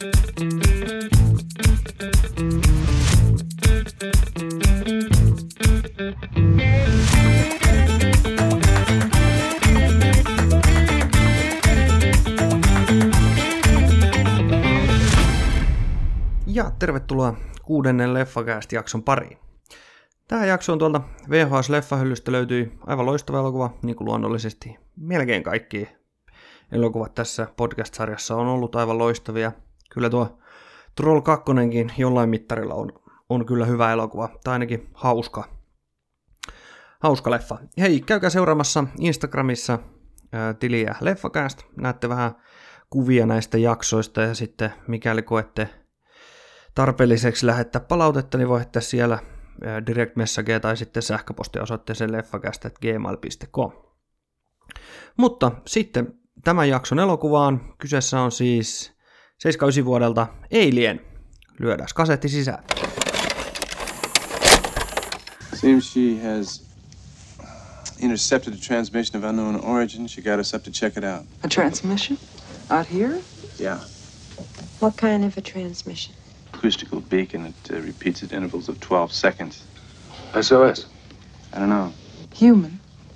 Ja tervetuloa 6. Leffacast-jakson pariin. Tämä jakso on tuolta VHS-leffahyllystä löytyi aivan loistava elokuva, niin kuin luonnollisesti melkein kaikki elokuvat tässä podcast-sarjassa on ollut aivan loistavia. Kyllä tuo Troll 2:kin jollain mittarilla on kyllä hyvä elokuva, tai ainakin hauska leffa. Hei, käykää seuraamassa Instagramissa tiliä Leffacast, näette vähän kuvia näistä jaksoista ja sitten mikäli koette tarpeelliseksi lähettää palautetta, niin voitte siellä direct messagea tai sitten sähköpostiosoitteeseen leffacast@gmail.com. Mutta sitten tämän jakson elokuvaan kyseessä on siis 79 vuodelta Alien. Lyödään kasetti sisään. Seems she has intercepted a transmission of unknown origin. She got us up to check it out. A transmission? Out here? Yeah. What kind of a transmission? Acoustical beacon. It repeats at intervals of 12 seconds. SOS? I don't know. Human?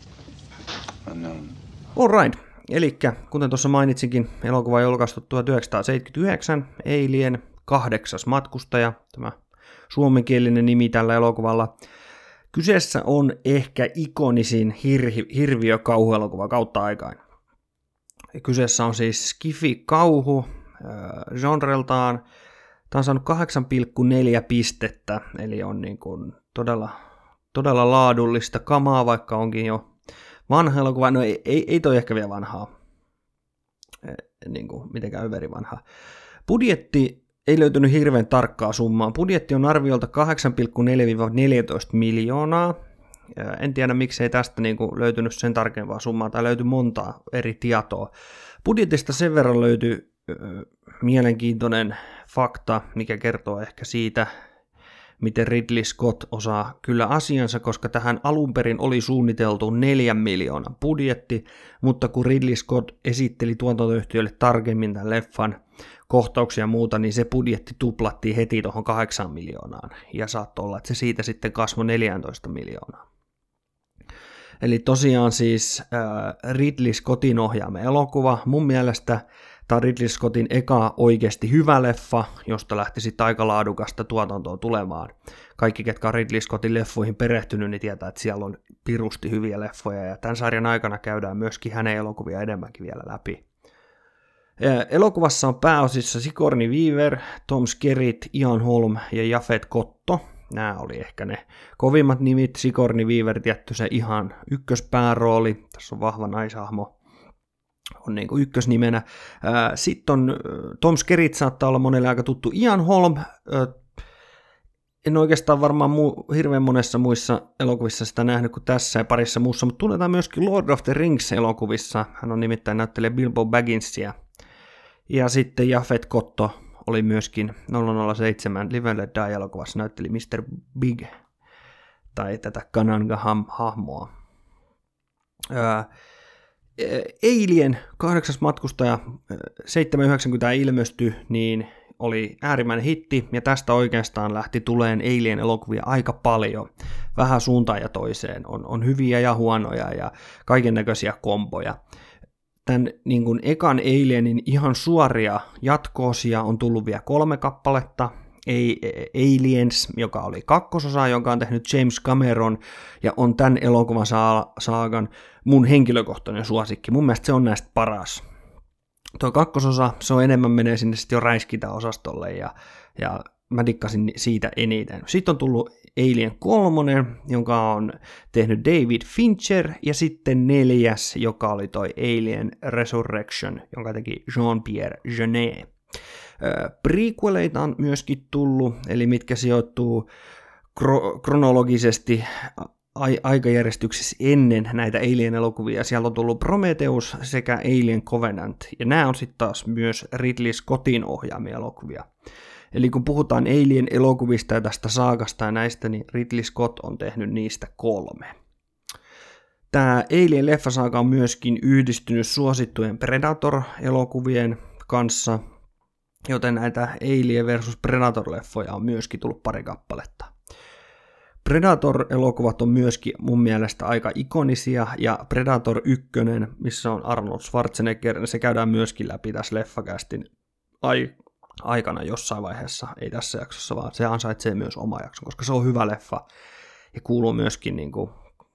Unknown. Alright. Elikkä, kuten tuossa mainitsinkin, elokuva on julkaistu 1979, Alien, 8. matkustaja, tämä suomenkielinen nimi tällä elokuvalla. Kyseessä on ehkä ikonisin hirviö-kauhuelokuva kautta aikaan. Kyseessä on siis skifi-kauhu genreltaan. Tämä on saanut 8,4 pistettä, eli on niin kuin todella laadullista kamaa, vaikka onkin jo vanha elokuva. No ei toi ehkä vielä vanhaa, niin kuin mitenkään överi vanhaa. Budjetti ei löytynyt hirveän tarkkaa summaa. Budjetti on arviolta 8,4-14 miljoonaa. En tiedä, miksei tästä niin kuin löytynyt sen tarkempaa summaa, tai löytyi montaa eri tietoa. Budjetista sen verran löytyi mielenkiintoinen fakta, mikä kertoo ehkä siitä, miten Ridley Scott osaa kyllä asiansa, koska tähän alun perin oli suunniteltu 4 miljoonan budjetti, mutta kun Ridley Scott esitteli tuotantoyhtiölle tarkemmin tämän leffan kohtauksia ja muuta, niin se budjetti tuplattiin heti tuohon 8 miljoonaan, ja saattoi olla, että se siitä sitten kasvoi 14 miljoonaa. Eli tosiaan siis Ridley Scottin ohjaama elokuva, mun mielestä tämä on Ridley Scottin eka oikeasti hyvä leffa, josta lähti sitten aika laadukasta tuotantoa tulemaan. Kaikki, ketkä on Ridley Scottin leffoihin perehtynyt, niin tietää, että siellä on pirusti hyviä leffoja, ja tämän sarjan aikana käydään myöskin hänen elokuvia enemmänkin vielä läpi. Elokuvassa on pääosissa Sigourney Weaver, Tom Skerritt, Ian Holm ja Japhet Kotto. Nämä oli ehkä ne kovimmat nimit. Sigourney Weaver tietty se ihan ykköspäärooli, tässä on vahva naishahmo. On niin kuin ykkösnimenä. Sitten on Tom Skerritt saattaa olla monelle aika tuttu. Ian Holm, en oikeastaan varmaan hirveän monessa muissa elokuvissa sitä nähnyt kuin tässä ja parissa muussa, mutta tunnetaan myöskin Lord of the Rings-elokuvissa. Hän on nimittäin näyttelee Bilbo Bagginsia. Ja sitten Japhet Kotto oli myöskin 007 Live and Let Die-elokuvassa, näytteli Mr. Big, tai tätä Kananga-hahmoa. Alien 8. matkustaja 790 ilmestyi, niin oli äärimmäinen hitti, ja tästä oikeastaan lähti tuleen Alien-elokuvia aika paljon, vähän suuntaan ja toiseen, on hyviä ja huonoja ja kaiken näköisiä komboja. Tämän niin kuin ekan Alienin ihan suoria jatko-osia on tullut vielä 3 kappaletta, Aliens, joka oli 2. jonka on tehnyt James Cameron, ja on tämän elokuvan saagan mun henkilökohtainen suosikki. Mun mielestä se on näistä paras. Tuo 2. se on enemmän menee sinne sitten jo räiskintäosastolle, ja mä dikkasin siitä eniten. Sitten on tullut Alien 3, jonka on tehnyt David Fincher, ja sitten 4, joka oli toi Alien Resurrection, jonka teki Jean-Pierre Jeunet. Prequeleita on myöskin tullut, eli mitkä sijoittuu kronologisesti aikajärjestyksessä ennen näitä Alien-elokuvia. Siellä on tullut Prometheus sekä Alien Covenant, ja nämä on sitten taas myös Ridley Scottin ohjaamia elokuvia. Eli kun puhutaan Alien-elokuvista ja tästä saagasta ja näistä, niin Ridley Scott on tehnyt niistä 3. Tämä Alien-leffasaaga on myöskin yhdistynyt suosittujen Predator-elokuvien kanssa, joten näitä Alien vs. Predator-leffoja on myöskin tullut pari kappaletta. Predator-elokuvat on myöskin mun mielestä aika ikonisia, ja Predator 1, missä on Arnold Schwarzenegger, se käydään myöskin läpi tässä leffakästin aikana jossain vaiheessa, ei tässä jaksossa, vaan se ansaitsee myös oma jakson, koska se on hyvä leffa, ja kuuluu myöskin niin kuin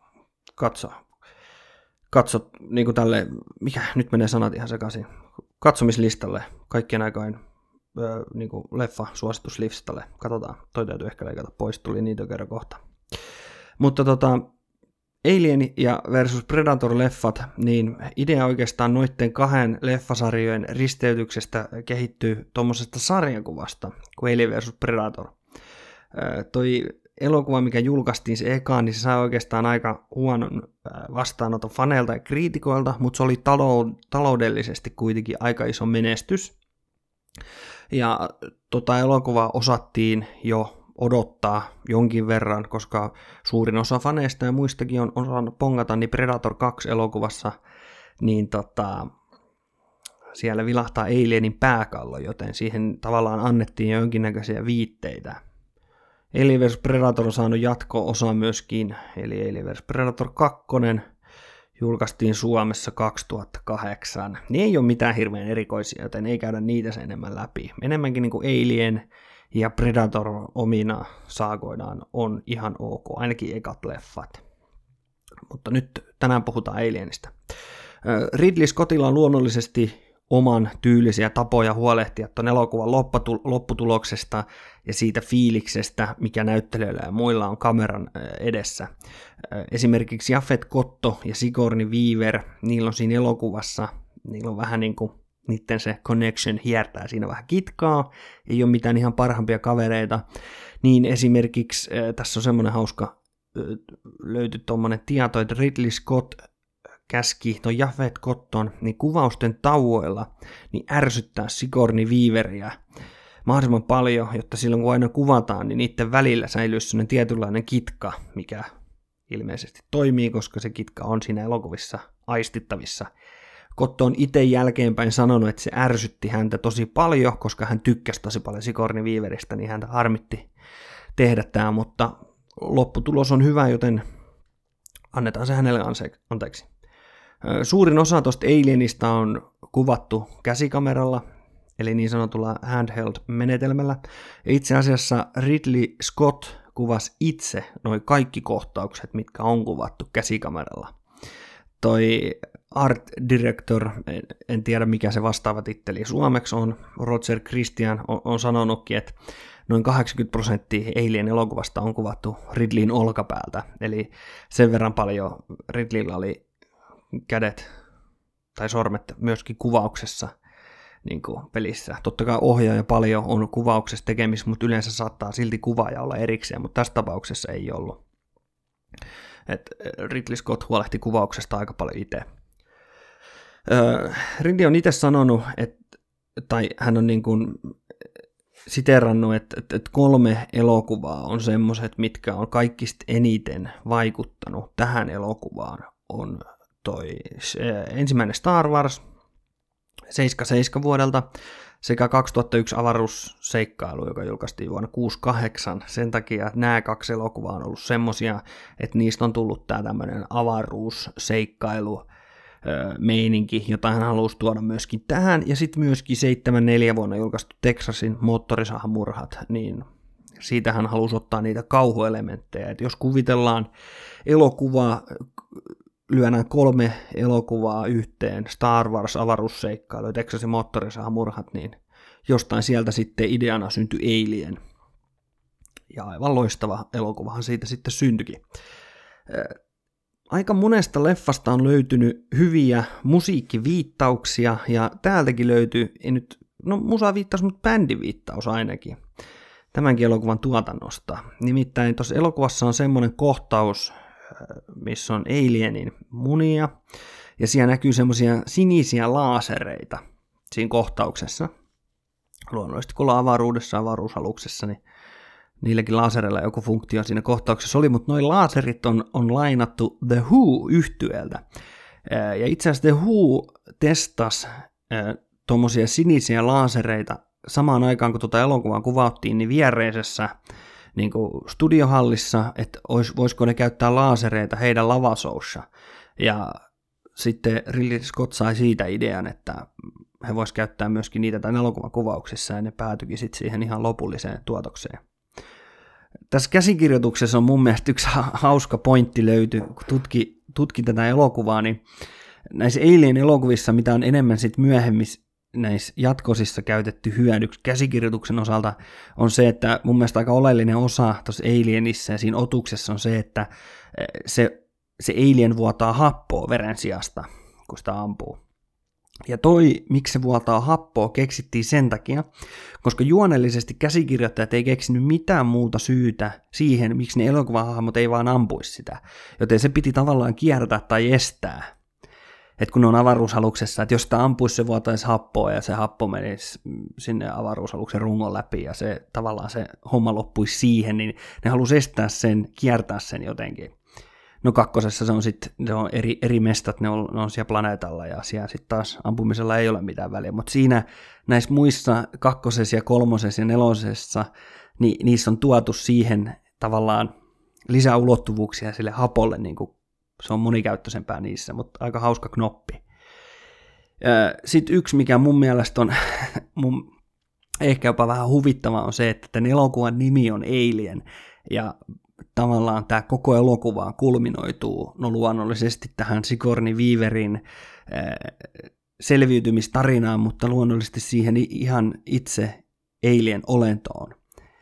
katso niin kuin tälle, nyt menee sanat ihan sekaisin, katsomislistalle, kaikkien aikojen niin kuin leffa-suosituslistalle. Katsotaan, toi täytyy ehkä leikata pois, tuli niitä kerran kohta. Mutta Alien ja versus Predator-leffat, niin idea oikeastaan noitten kahden leffasarjojen risteytyksestä kehittyy tuommoisesta sarjakuvasta kuin Alien versus Predator. Toi elokuva, mikä julkaistiin se eka, niin se sai oikeastaan aika huonon vastaanoton faneilta ja kriitikoilta, mutta se oli taloudellisesti kuitenkin aika iso menestys. Ja elokuvaa osattiin jo odottaa jonkin verran, koska suurin osa faneista ja muistakin on osannut pongata, niin Predator 2 elokuvassa, niin siellä vilahtaa Alienin pääkallo, joten siihen tavallaan annettiin jo jonkinnäköisiä viitteitä. Alien vs. Predator on saanut jatko-osa myöskin, eli Alien vs. Predator 2 julkaistiin Suomessa 2008. Ne ei ole mitään hirveän erikoisia, joten ei käydä niitä sen enemmän läpi. Enemmänkin niin kuin Alien ja Predator omina saagoidaan on ihan ok, ainakin ekat leffat. Mutta nyt tänään puhutaan Alienista. Ridley Scottilla on luonnollisesti oman tyylisiä tapoja huolehtia tuon elokuvan lopputuloksesta ja siitä fiiliksestä, mikä näyttelijöillä ja muilla on kameran edessä. Esimerkiksi Japhet Kotto ja Sigourney Weaver, niillä on siinä elokuvassa, niillä on vähän niin kuin niiden se connection hiertää siinä vähän kitkaa, ei ole mitään ihan parhaimpia kavereita, niin esimerkiksi tässä on semmoinen hauska, löytyi tuommoinen tieto, että Ridley Scott käski ton Japhet Kotton niin kuvausten tauoilla niin ärsyttää Sigourney Weaveria mahdollisimman paljon, jotta silloin kun aina kuvataan, niin niiden välillä säilyisi sellainen tietynlainen kitka, mikä ilmeisesti toimii, koska se kitka on siinä elokuvissa aistittavissa. Kotto on itse jälkeenpäin sanonut, että se ärsytti häntä tosi paljon, koska hän tykkäsi tosi paljon Sigourney Weaverista, niin häntä harmitti tehdä tämä, mutta lopputulos on hyvä, joten annetaan se hänelle anteeksi. Suurin osa tuosta Alienista on kuvattu käsikameralla, eli niin sanotulla handheld-menetelmällä. Itse asiassa Ridley Scott kuvasi itse noin kaikki kohtaukset, mitkä on kuvattu käsikameralla. Toi art director, en tiedä mikä se vastaava titteli suomeksi on, Roger Christian on sanonutkin, että noin 80% Alien elokuvasta on kuvattu Ridleyn olkapäältä, eli sen verran paljon Ridleyllä oli kädet tai sormet myöskin kuvauksessa niin kuin pelissä. Totta kai ohjaaja paljon on kuvauksessa tekemistä, mutta yleensä saattaa silti kuvaaja olla erikseen, mutta tässä tapauksessa ei ollut. Ridley Scott huolehti kuvauksesta aika paljon itse. Ridley on itse sanonut, tai hän on niin kuin siteerannut, että 3 elokuvaa on semmoiset, mitkä on kaikista eniten vaikuttanut tähän elokuvaan. On ensimmäinen Star Wars 77 vuodelta sekä 2001 avaruusseikkailu, joka julkaistiin vuonna 68. Sen takia, että nämä 2 elokuvaa on ollut semmosia, että niistä on tullut tämä tämmöinen avaruusseikkailu meininki, jota hän halusi tuoda myöskin tähän, ja sitten myöskin 74 vuonna julkaistu Texasin moottorisahamurhat, niin siitä hän halusi ottaa niitä kauhuelementtejä, että jos kuvitellaan elokuvaa, lyödään 3 elokuvaa yhteen, Star Wars, avaruusseikkailu, Texasin moottorisahamurhat, niin jostain sieltä sitten ideana syntyi Alien. Ja aivan loistava elokuvahan siitä sitten syntyikin. Aika monesta leffasta on löytynyt hyviä musiikkiviittauksia, ja täältäkin löytyy, ei nyt, musaviittaus, mutta bändiviittaus ainakin, tämänkin elokuvan tuotannosta. Nimittäin tuossa elokuvassa on semmoinen kohtaus, missä on Alienin munia, ja siellä näkyy semmoisia sinisiä laasereita siinä kohtauksessa. Luonnollisesti kun ollaan avaruudessa, avaruusaluksessa, niin niilläkin laasereilla joku funktio siinä kohtauksessa oli, mutta noi laaserit on lainattu The Who-yhtyeeltä. Ja itse asiassa The Who testasi tuommoisia sinisiä laasereita samaan aikaan, kun tuota elokuvaa kuvattiin, niin viereisessä niin kuin studiohallissa, että voisiko ne käyttää laasereita heidän lavashowssa. Ja sitten Ridley Scott sai siitä idean, että he vois käyttää myöskin niitä tämän elokuvan kuvauksissa, ja ne päätyikin sitten siihen ihan lopulliseen tuotokseen. Tässä käsikirjoituksessa on mun mielestä yksi hauska pointti löyty, kun tutki tätä elokuvaa, niin näissä Alien-elokuvissa, mitä on enemmän sitten myöhemmin näissä jatkosissa käytetty hyödyksi käsikirjoituksen osalta, on se, että mun mielestä aika oleellinen osa tuossa Alienissa ja siinä otuksessa on se, että se alien vuotaa happoa veren sijasta, kun sitä ampuu. Ja miksi se vuotaa happoa, keksittiin sen takia, koska juonellisesti käsikirjoittajat ei keksinyt mitään muuta syytä siihen, miksi ne elokuvahahmot ei vaan ampuisi sitä. Joten se piti tavallaan kiertää tai estää. Että kun ne on avaruusaluksessa, että jos sitä ampuisi, se vuotaisi happoa ja se happo menisi sinne avaruusaluksen rungon läpi ja se tavallaan se homma loppuisi siihen, niin ne halusi estää sen, kiertää sen jotenkin. No kakkosessa se on eri mestat, ne on siellä planeetalla ja siellä sitten taas ampumisella ei ole mitään väliä, mutta siinä näissä muissa kakkosessa ja kolmosessa ja nelosessa, niin niissä on tuotu siihen tavallaan lisää ulottuvuuksia sille hapolle, niin kuin se on monikäyttöisempää niissä, mutta aika hauska knoppi. Sitten yksi, mikä mun mielestä on ehkä jopa vähän huvittava, on se, että tämän elokuvan nimi on Alien, ja tavallaan tämä koko elokuva kulminoituu luonnollisesti tähän Sigourney Weaverin selviytymistarinaan, mutta luonnollisesti siihen ihan itse Alien-olentoon,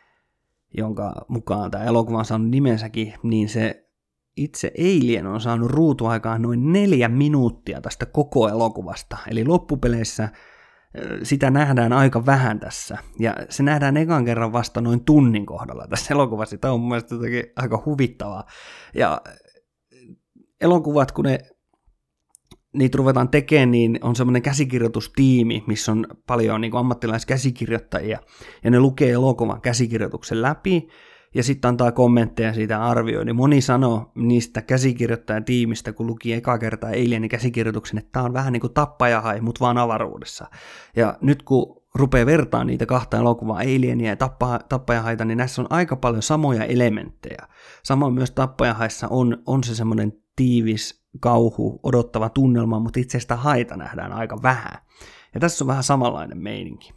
jonka mukaan tämä elokuva on saanut nimensäkin, niin se itse Alien on saanut ruutuaikaan noin 4 minuuttia tästä koko elokuvasta, eli loppupeleissä sitä nähdään aika vähän tässä, ja se nähdään ekan kerran vasta noin tunnin kohdalla tässä elokuvassa. Tämä on mun mielestä jotenkin aika huvittavaa. Ja elokuvat, kun niitä ruvetaan tekemään, niin on semmoinen käsikirjoitustiimi, missä on paljon niin kuin ammattilaiskäsikirjoittajia, ja ne lukee elokuvan käsikirjoituksen läpi, ja sitten antaa kommentteja siitä arvioi. Niin moni sanoo niistä käsikirjoittajatiimistä, kun luki eka kertaa Alienin käsikirjoituksen, että tämä on vähän niin kuin tappajahai, mutta vaan avaruudessa. Ja nyt kun rupeaa vertaan niitä kahta elokuvaa, Alienia ja tappajahaita, niin näissä on aika paljon samoja elementtejä. Samoin myös tappajahaissa on se semmoinen tiivis, kauhu, odottava tunnelma, mutta itse sitä haita nähdään aika vähän. Ja tässä on vähän samanlainen meininki.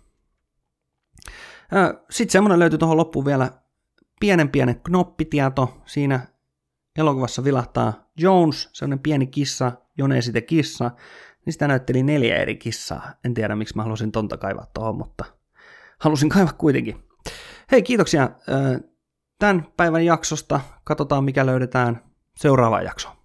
Sitten semmoinen löytyy tuohon loppuun vielä pienen knoppitieto. Siinä elokuvassa vilahtaa Jones, sellainen pieni kissa, Jonesite kissa, niin sitä näytteli 4 eri kissaa. En tiedä, miksi mä halusin tonta kaivaa tuohon, mutta halusin kaivaa kuitenkin. Hei, kiitoksia tämän päivän jaksosta. Katsotaan, mikä löydetään seuraavaan jaksoon.